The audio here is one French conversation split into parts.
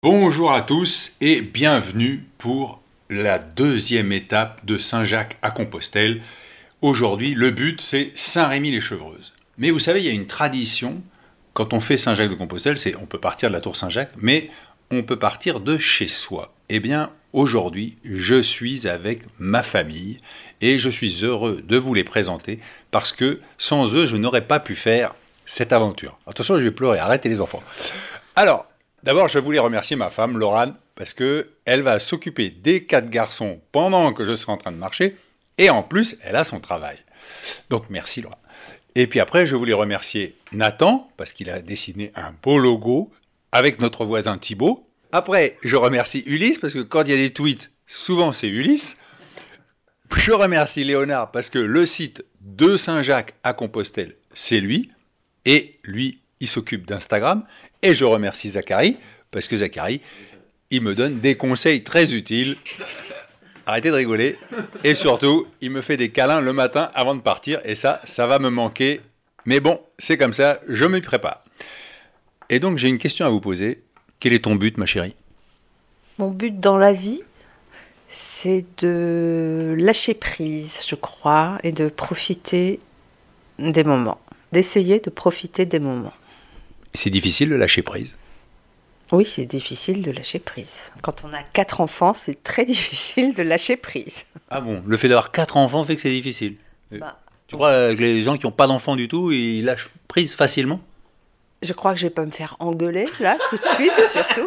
Bonjour à tous et bienvenue pour la deuxième étape de Saint-Jacques à Compostelle. Aujourd'hui, le but, c'est Saint-Rémy-les-Chevreuses. Mais vous savez, il y a une tradition, quand on fait Saint-Jacques de Compostelle, on peut partir de la tour Saint-Jacques, mais on peut partir de chez soi. Eh bien, aujourd'hui, je suis avec ma famille et je suis heureux de vous les présenter parce que sans eux, je n'aurais pas pu faire cette aventure. Attention, je vais pleurer, arrêtez les enfants. Alors, d'abord, je voulais remercier ma femme, Laurane, parce qu'elle va s'occuper des 4 garçons pendant que je serai en train de marcher, et en plus, elle a son travail. Donc, merci, Laurane. Et puis après, je voulais remercier Nathan, parce qu'il a dessiné un beau logo avec notre voisin Thibaut. Après, je remercie Ulysse, parce que quand il y a des tweets, souvent c'est Ulysse. Je remercie Léonard, parce que le site de Saint-Jacques à Compostelle, c'est lui. Et lui, il s'occupe d'Instagram. Et je remercie Zachary, parce que Zachary, il me donne des conseils très utiles. Arrêtez de rigoler. Et surtout, il me fait des câlins le matin avant de partir. Et ça va me manquer. Mais bon, c'est comme ça, je me prépare. Et donc, j'ai une question à vous poser. Quel est ton but, ma chérie ? Mon but dans la vie, c'est de lâcher prise, je crois, et de profiter des moments. D'essayer de profiter des moments. C'est difficile de lâcher prise. Oui, c'est difficile de lâcher prise. Quand on a 4 enfants, c'est très difficile de lâcher prise. Ah bon, le fait d'avoir 4 enfants fait que c'est difficile. Tu crois que les gens qui n'ont pas d'enfants du tout, ils lâchent prise facilement ? Je crois que je vais pas me faire engueuler, là, tout de suite, surtout.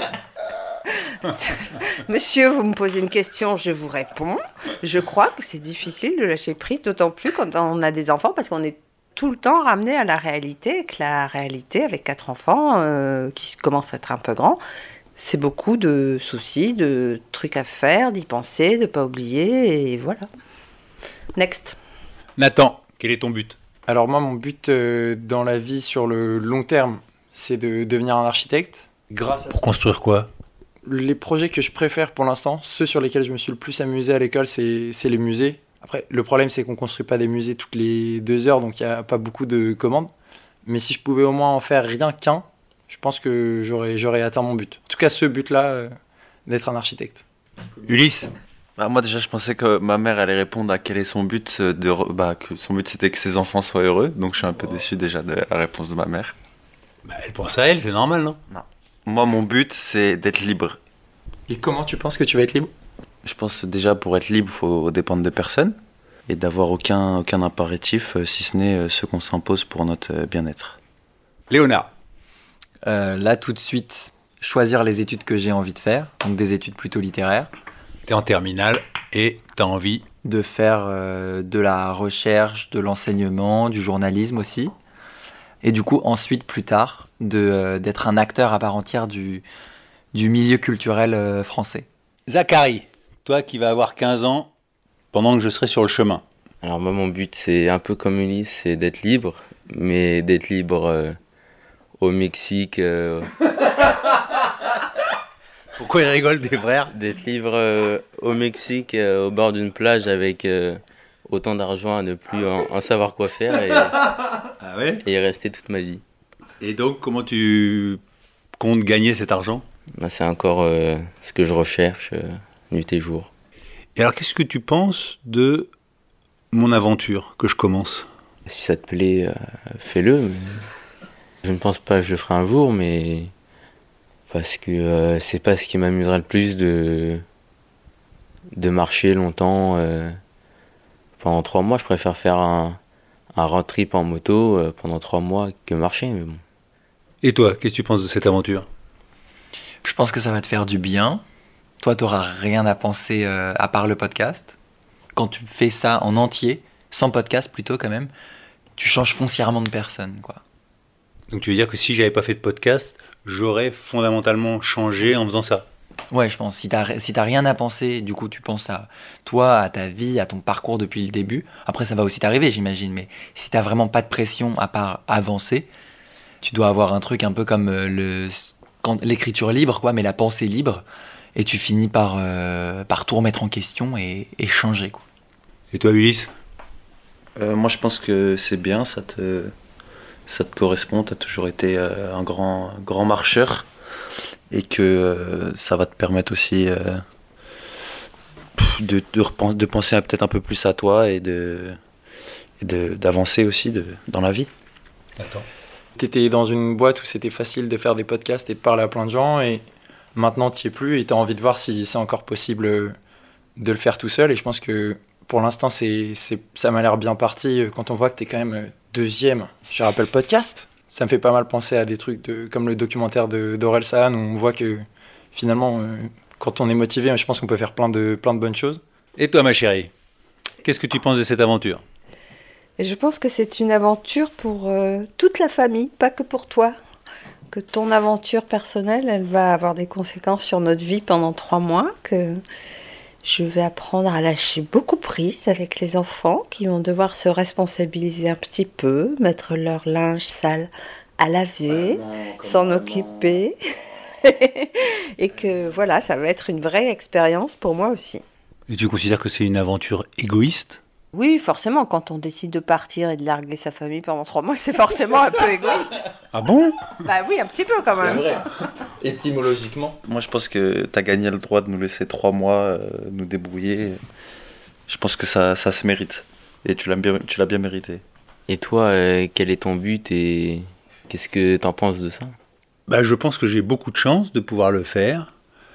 Monsieur, vous me posez une question, je vous réponds. Je crois que c'est difficile de lâcher prise, d'autant plus quand on a des enfants, parce qu'on est tout le temps ramené à la réalité, et que la réalité, avec 4 enfants qui commencent à être un peu grands, c'est beaucoup de soucis, de trucs à faire, d'y penser, de ne pas oublier, et voilà. Next. Nathan, quel est ton but ? Alors moi, mon but dans la vie sur le long terme, c'est de devenir un architecte. Grâce à Pour construire quoi ? les projets que je préfère pour l'instant, ceux sur lesquels je me suis le plus amusé à l'école, c'est les musées. Après, le problème, c'est qu'on ne construit pas des musées toutes les 2 heures, donc il n'y a pas beaucoup de commandes. Mais si je pouvais au moins en faire rien qu'un, je pense que j'aurais atteint mon but. En tout cas, ce but-là, d'être un architecte. Ulysse ? Moi déjà je pensais que ma mère allait répondre à quel est son but, que son but c'était que ses enfants soient heureux, donc je suis un peu déçu déjà de la réponse de ma mère. Elle pense à elle, c'est normal, non ? Moi mon but c'est d'être libre. Et comment tu penses que tu vas être libre ? Je pense que déjà pour être libre il faut dépendre de personne et d'avoir aucun impératif si ce n'est ce qu'on s'impose pour notre bien-être. Léonard ? Là, tout de suite, choisir les études que j'ai envie de faire, donc des études plutôt littéraires. T'es en terminale et t'as envie De faire de la recherche, de l'enseignement, du journalisme aussi. Et du coup, ensuite, plus tard, d'être un acteur à part entière du milieu culturel français. Zachary, toi qui vas avoir 15 ans pendant que je serai sur le chemin. Alors moi mon but c'est un peu comme Ulysse, c'est d'être libre, mais d'être libre au Mexique, Pourquoi ils rigolent des frères ? d'être libre au Mexique, au bord d'une plage avec autant d'argent à ne plus en savoir quoi faire Ah ouais ? et y rester toute ma vie. Et donc comment tu comptes gagner cet argent ? C'est encore ce que je recherche nuit et jour. Et alors qu'est-ce que tu penses de mon aventure que je commence ? Si ça te plaît, fais-le. Mais je ne pense pas que je le ferai un jour, mais parce que c'est pas ce qui m'amuserait le plus de marcher longtemps. Pendant 3 mois, je préfère faire un road trip en moto pendant 3 mois que marcher. Mais bon. Et toi, qu'est-ce que tu penses de cette aventure ? Je pense que ça va te faire du bien. Toi, tu n'auras rien à penser à part le podcast. Quand tu fais ça en entier, sans podcast plutôt quand même, tu changes foncièrement de personne, quoi. Donc tu veux dire que si j'avais pas fait de podcast, j'aurais fondamentalement changé en faisant ça ? Ouais, je pense. Si t'as rien à penser, du coup, tu penses à toi, à ta vie, à ton parcours depuis le début. Après, ça va aussi t'arriver, j'imagine. Mais si t'as vraiment pas de pression à part avancer, tu dois avoir un truc un peu comme l'écriture libre, quoi, mais la pensée libre. Et tu finis par tout remettre en question et changer, quoi. Et toi, Ulysse ? Moi je pense que c'est bien, ça te correspond, t'as toujours été un grand marcheur. et que ça va te permettre aussi de penser peut-être un peu plus à toi et d'avancer aussi dans la vie. Attends. T'étais dans une boîte où c'était facile de faire des podcasts et de parler à plein de gens, et maintenant t'y es plus et t'as envie de voir si c'est encore possible de le faire tout seul. Et je pense que pour l'instant ça m'a l'air bien parti quand on voit que t'es quand même deuxième. Je rappelle podcast, ça me fait pas mal penser à des trucs comme le documentaire d'Orelsan, où on voit que finalement quand on est motivé, je pense qu'on peut faire plein de bonnes choses. Et toi, ma chérie, qu'est-ce que tu penses de cette aventure ? Et je pense que c'est une aventure pour toute la famille, pas que pour toi. Que ton aventure personnelle, elle va avoir des conséquences sur notre vie pendant 3 mois, que je vais apprendre à lâcher beaucoup prise avec les enfants qui vont devoir se responsabiliser un petit peu, mettre leur linge sale à laver, s'en occuper. Et que voilà, ça va être une vraie expérience pour moi aussi. Et tu considères que c'est une aventure égoïste ? Oui, forcément, quand on décide de partir et de larguer sa famille pendant 3 mois, c'est forcément un peu égoïste. Ah bon ? Bah oui, un petit peu quand même. C'est vrai. Étymologiquement. Moi, je pense que tu as gagné le droit de nous laisser 3 mois nous débrouiller. Je pense que ça se mérite. Et tu l'as bien mérité. Et toi, quel est ton but et qu'est-ce que t'en penses de ça ? Je pense que j'ai beaucoup de chance de pouvoir le faire.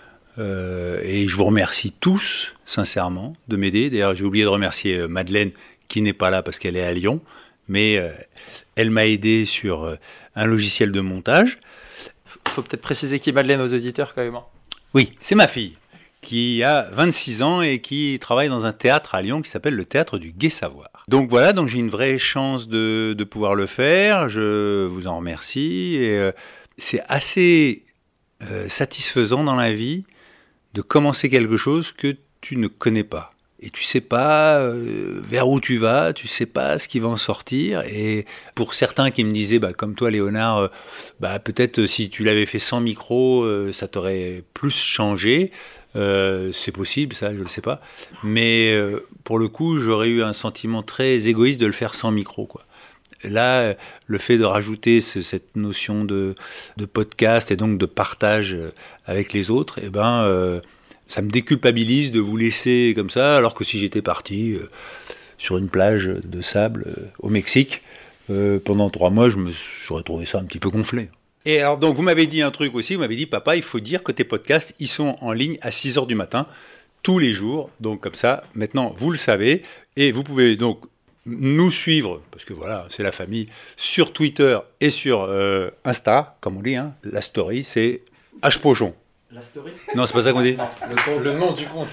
Et je vous remercie tous, sincèrement, de m'aider. D'ailleurs, j'ai oublié de remercier Madeleine, qui n'est pas là parce qu'elle est à Lyon. Mais elle m'a aidé sur un logiciel de montage. Faut peut-être préciser qui est Madeleine aux auditeurs quand même. Oui, c'est ma fille, qui a 26 ans et qui travaille dans un théâtre à Lyon qui s'appelle le Théâtre du Gai Savoir. Donc voilà, donc j'ai une vraie chance de pouvoir le faire. Je vous en remercie. Et c'est assez satisfaisant dans la vie de commencer quelque chose que tu ne connais pas. Et tu sais pas vers où tu vas, tu sais pas ce qui va en sortir. Et pour certains qui me disaient, comme toi Léonard, peut-être si tu l'avais fait sans micro, ça t'aurait plus changé. C'est possible, ça, je le sais pas. Mais pour le coup, j'aurais eu un sentiment très égoïste de le faire sans micro, quoi. Là, le fait de rajouter cette notion de podcast et donc de partage avec les autres, ça me déculpabilise de vous laisser comme ça, alors que si j'étais parti sur une plage de sable au Mexique, pendant 3 mois, j'aurais trouvé ça un petit peu gonflé. Et alors, donc, vous m'avez dit un truc aussi, vous m'avez dit, papa, il faut dire que tes podcasts, ils sont en ligne à 6h du matin, tous les jours. Donc, comme ça, maintenant, vous le savez. Et vous pouvez donc nous suivre, parce que voilà, c'est la famille, sur Twitter et sur Insta, comme on dit, hein. La story, c'est HPochon. La story ? Non, c'est pas ça qu'on dit. Le nom du compte.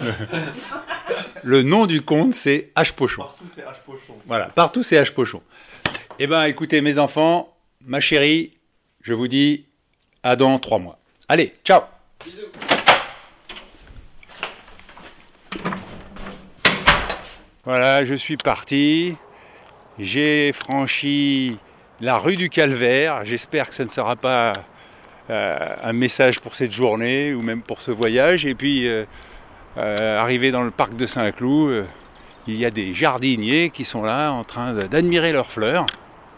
Le nom du compte, c'est HPochon. Partout, c'est HPochon. Voilà, partout, c'est HPochon. Eh bien, écoutez, mes enfants, ma chérie, je vous dis à dans 3 mois. Allez, ciao. Bisous. Voilà, je suis parti. J'ai franchi la rue du Calvaire. J'espère que ça ne sera pas un message pour cette journée ou même pour ce voyage. Et puis, arrivé dans le parc de Saint-Cloud, il y a des jardiniers qui sont là en train d'admirer leurs fleurs.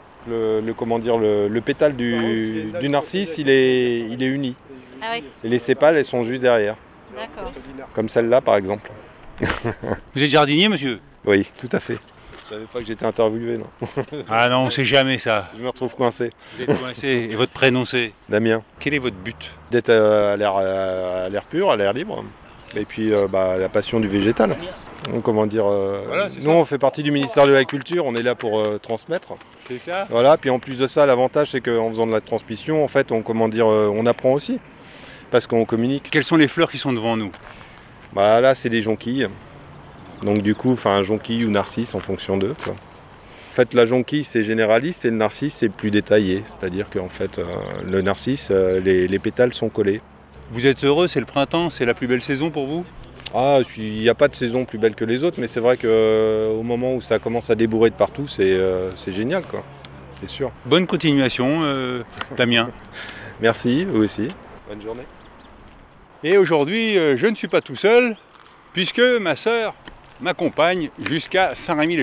Le pétale du narcisse, il est uni. Ah oui, Et les sépales, elles sont juste derrière. d'accord. Comme celle-là, par exemple. Vous êtes jardinier, monsieur ? Oui, tout à fait. Je savais pas que j'étais interviewé, non. Ah non, on sait jamais ça. Je me retrouve coincé. Vous êtes coincé. Et votre prénom, c'est ? Damien, Quel est votre but ? d'être à l'air pur, à l'air libre. Et puis la passion du végétal. Donc, comment dire, Voilà, c'est nous, ça. on fait partie du ministère de la Culture, on est là pour transmettre. C'est ça ? Voilà, puis en plus de ça, l'avantage, c'est qu'en faisant de la transmission, en fait, on apprend aussi. Parce qu'on communique. Quelles sont les fleurs qui sont devant nous ? Là, c'est des jonquilles. Donc du coup, jonquille ou narcisse en fonction d'eux, quoi. En fait, la jonquille, c'est généraliste et le narcisse, c'est plus détaillé. C'est-à-dire qu'en fait, le narcisse, les pétales sont collés. Vous êtes heureux, c'est le printemps, c'est la plus belle saison pour vous ? Ah, il n'y a pas de saison plus belle que les autres, mais c'est vrai qu'au moment où ça commence à débourrer de partout, c'est génial, quoi. C'est sûr. Bonne continuation, Damien. Merci, vous aussi. Bonne journée. Et aujourd'hui, je ne suis pas tout seul, puisque ma sœur m'accompagne jusqu'à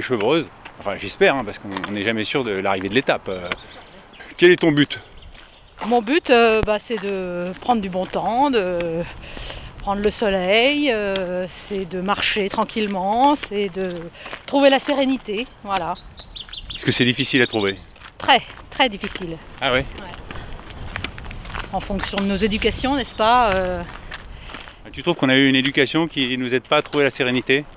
Saint-Rémy-les-Chevreuses. Enfin, j'espère, parce qu'on n'est jamais sûr de l'arrivée de l'étape. Quel est ton but ? Mon but, c'est de prendre du bon temps, de prendre le soleil, c'est de marcher tranquillement, c'est de trouver la sérénité, voilà. Est-ce que c'est difficile à trouver? Très, très difficile. Ah oui? En fonction de nos éducations, n'est-ce pas? Tu trouves qu'on a eu une éducation qui ne nous aide pas à trouver la sérénité?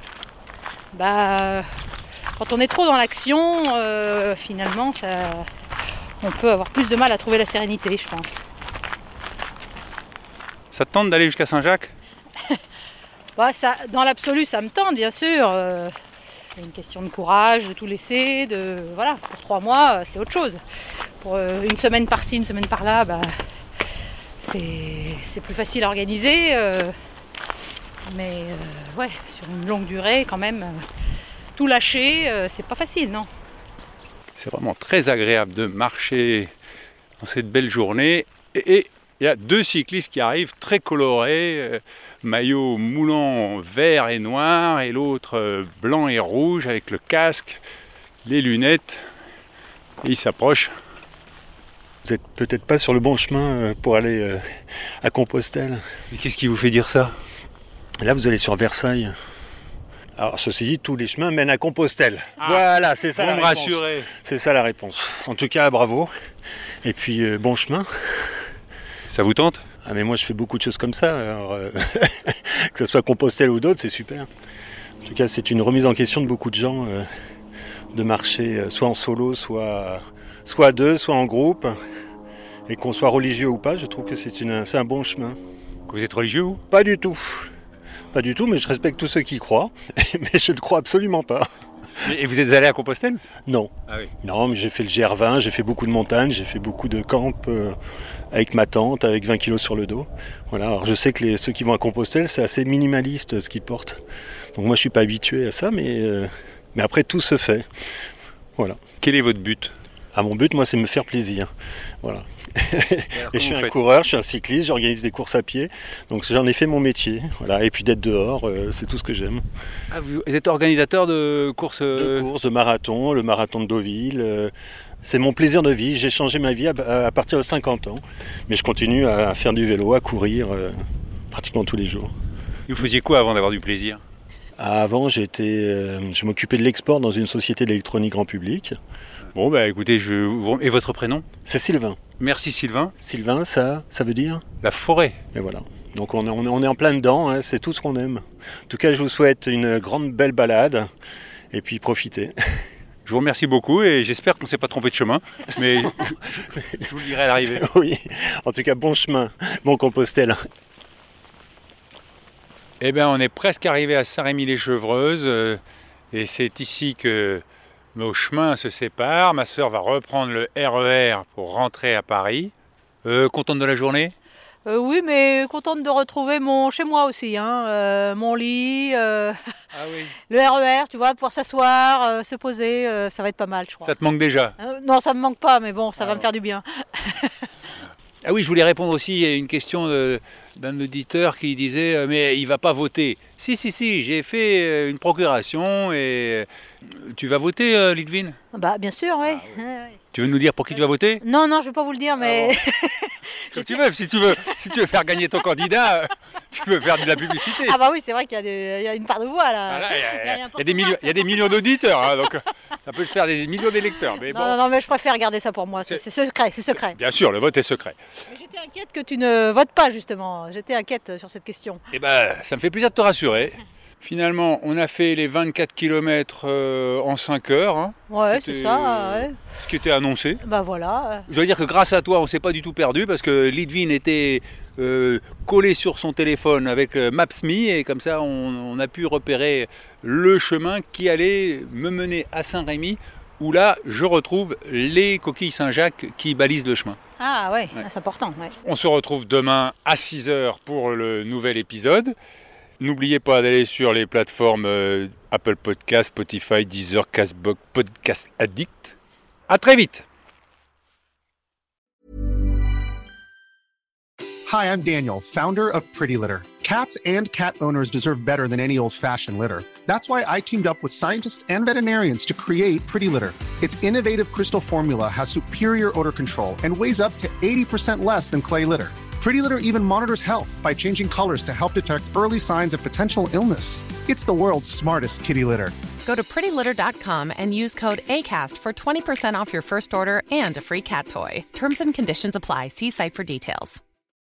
Quand on est trop dans l'action, finalement, on peut avoir plus de mal à trouver la sérénité, je pense. Ça te tente d'aller jusqu'à Saint-Jacques? Dans l'absolu, ça me tente, bien sûr. C'est une question de courage, de tout laisser. Pour 3 mois, c'est autre chose. Pour une semaine par-ci, une semaine par-là, c'est plus facile à organiser. Mais sur une longue durée, quand même, tout lâcher, c'est pas facile, non? C'est vraiment très agréable de marcher dans cette belle journée. Et il y a 2 cyclistes qui arrivent très colorés, maillot moulant vert et noir, et l'autre blanc et rouge avec le casque, les lunettes. Et ils s'approchent. Vous n'êtes peut-être pas sur le bon chemin pour aller à Compostelle. Mais qu'est-ce qui vous fait dire ça? Là, vous allez sur Versailles. Alors, ceci dit, tous les chemins mènent à Compostelle. Voilà, c'est ça la réponse. Rassurer. C'est ça la réponse. En tout cas, bravo. Et puis, bon chemin. Ça vous tente? Ah, mais moi, je fais beaucoup de choses comme ça. Alors, que ce soit Compostelle ou d'autres, c'est super. En tout cas, c'est une remise en question de beaucoup de gens de marcher soit en solo, soit à 2, soit en groupe. Et qu'on soit religieux ou pas, je trouve que c'est un bon chemin. Vous êtes religieux, vous? Pas du tout. Pas du tout, mais je respecte tous ceux qui y croient. Mais je ne crois absolument pas. Et vous êtes allé à Compostelle? Non. Ah oui. Non, mais j'ai fait le GR20, j'ai fait beaucoup de montagnes, j'ai fait beaucoup de camps avec ma tente, avec 20 kilos sur le dos. Voilà, alors je sais que ceux qui vont à Compostelle, c'est assez minimaliste ce qu'ils portent. Donc moi, je ne suis pas habitué à ça, mais après, tout se fait. Voilà. Quel est votre but? Mon but, moi, c'est me faire plaisir. Voilà. Et je suis un coureur, je suis un cycliste, j'organise des courses à pied. Donc j'en ai fait mon métier. Voilà. Et puis d'être dehors, c'est tout ce que j'aime. Ah, vous êtes organisateur de courses? De courses, de marathon, le marathon de Deauville. C'est mon plaisir de vie. J'ai changé ma vie à partir de 50 ans. Mais je continue à faire du vélo, à courir pratiquement tous les jours. Et vous faisiez quoi avant d'avoir du plaisir? Avant, je m'occupais de l'export dans une société d'électronique grand public. Bon, écoutez, et votre prénom? C'est Sylvain. Merci Sylvain. Sylvain, ça veut dire? La forêt. Et voilà. Donc on est en plein dedans, hein, c'est tout ce qu'on aime. En tout cas, je vous souhaite une grande belle balade et puis profitez. Je vous remercie beaucoup et j'espère qu'on ne s'est pas trompé de chemin, mais je vous le dirai à l'arrivée. Oui, en tout cas, bon chemin, bon Compostelle. Eh bien, on est presque arrivé à Saint-Rémy-les-Chevreuses et c'est ici que nos chemins se séparent. Ma sœur va reprendre le RER pour rentrer à Paris. Contente de la journée? Oui, mais contente de retrouver chez moi aussi, mon lit, le RER, tu vois, pouvoir s'asseoir, se poser, ça va être pas mal, je crois. Ça te manque déjà? Non, ça me manque pas, mais bon, ça va me faire du bien. Ah oui, je voulais répondre aussi à une question d'un auditeur qui disait mais il va pas voter. Si, j'ai fait une procuration et tu vas voter, Lidvine? Bien sûr, oui. Tu veux nous dire pour qui tu vas voter? Non, je ne vais pas vous le dire, mais... Si tu veux faire gagner ton candidat, tu peux faire de la publicité. Ah bah oui, c'est vrai qu'il y a une part de voix là. Il y a des millions d'auditeurs, hein, donc ça peut faire des millions d'électeurs. Mais non, mais je préfère garder ça pour moi, c'est secret. Bien sûr, le vote est secret. Mais j'étais inquiète que tu ne votes pas justement, j'étais inquiète sur cette question. Eh ben, ça me fait plaisir de te rassurer. Finalement, on a fait les 24 km en 5 heures. Hein. Ouais, c'est ça. Ouais. Ce qui était annoncé. Voilà. Je dois dire que grâce à toi, on ne s'est pas du tout perdu parce que Lidvine était collé sur son téléphone avec Maps.me et comme ça, on a pu repérer le chemin qui allait me mener à Saint-Rémy où là, je retrouve les coquilles Saint-Jacques qui balisent le chemin. Ah ouais. C'est important. Ouais. On se retrouve demain à 6h pour le nouvel épisode. N'oubliez pas d'aller sur les plateformes Apple Podcasts, Spotify, Deezer, Castbox, Podcast Addict. À très vite. Hi, I'm Daniel, founder of Pretty Litter. Cats and cat owners deserve better than any old-fashioned litter. That's why I teamed up with scientists and veterinarians to create Pretty Litter. Its innovative crystal formula has superior odor control and weighs up to 80% less than clay litter. Pretty Litter even monitors health by changing colors to help detect early signs of potential illness. It's the world's smartest kitty litter. Go to prettylitter.com and use code ACAST for 20% off your first order and a free cat toy. Terms and conditions apply. See site for details.